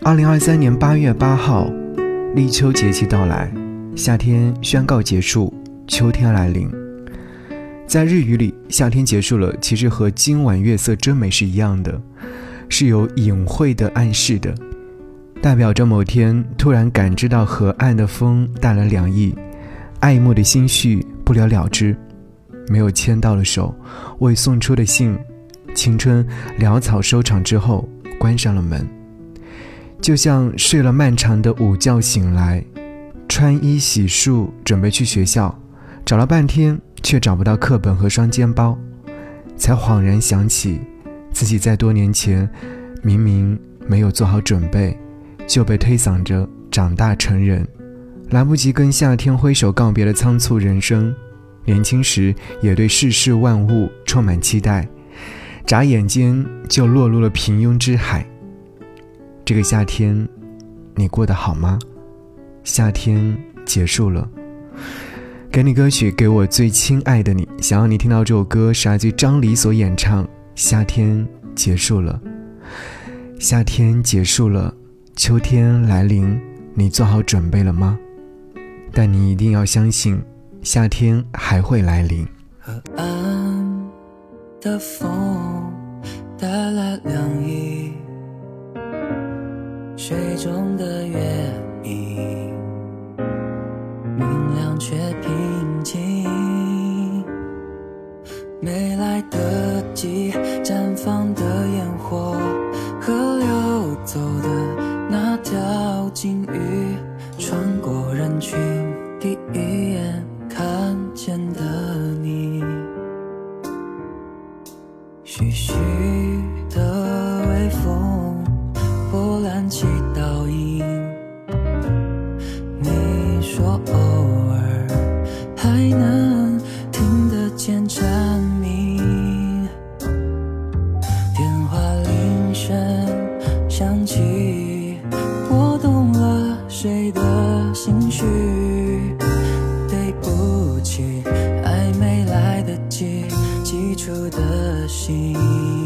2023年8月8号，立秋节气到来，夏天宣告结束，秋天来临。在日语里，夏天结束了其实和今晚月色真美是一样的，是有隐晦的暗示的，代表着某天突然感知到河岸的风带来凉意，爱慕的心绪不了了之，没有牵到了手，未送出的信，青春潦草收场之后关上了门。就像睡了漫长的午觉醒来，穿衣洗漱准备去学校，找了半天却找不到课本和双肩包，才恍然想起自己在多年前明明没有做好准备，就被推搡着长大成人，来不及跟夏天挥手告别的仓促人生。年轻时也对世事万物充满期待，眨眼间就落入了平庸之海。这个夏天你过得好吗？夏天结束了，给你歌曲，给我最亲爱的你。想要你听到这首歌是来自张黎所演唱，夏天结束了。夏天结束了，秋天来临，你做好准备了吗？但你一定要相信，夏天还会来临。 河岸的风带来凉意，水中的月影明亮却平静，没来得及绽放的烟火，河流走的那条金鱼，穿过人群，第一眼看见的你。徐徐的微风波澜起倒影，你说偶尔还能听得见蝉鸣，电话铃声响起，我懂了谁的心绪，对不起，还没来得及寄出的信。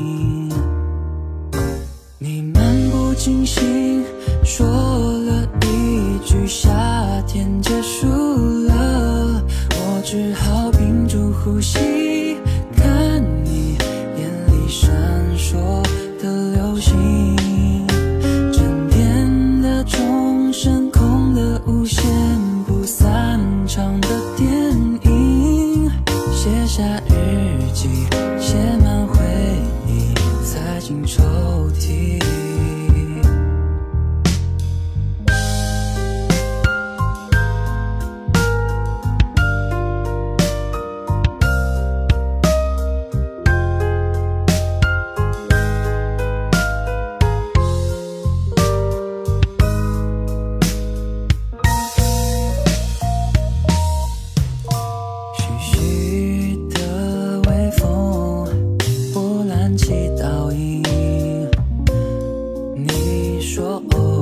你漫不经心说了一句夏天结束了，我只好屏住呼吸，看你眼里闪烁的流星，沉淀的钟声，空的无限不散场的电影，写下日记，写满回忆，塞进抽屉。说偶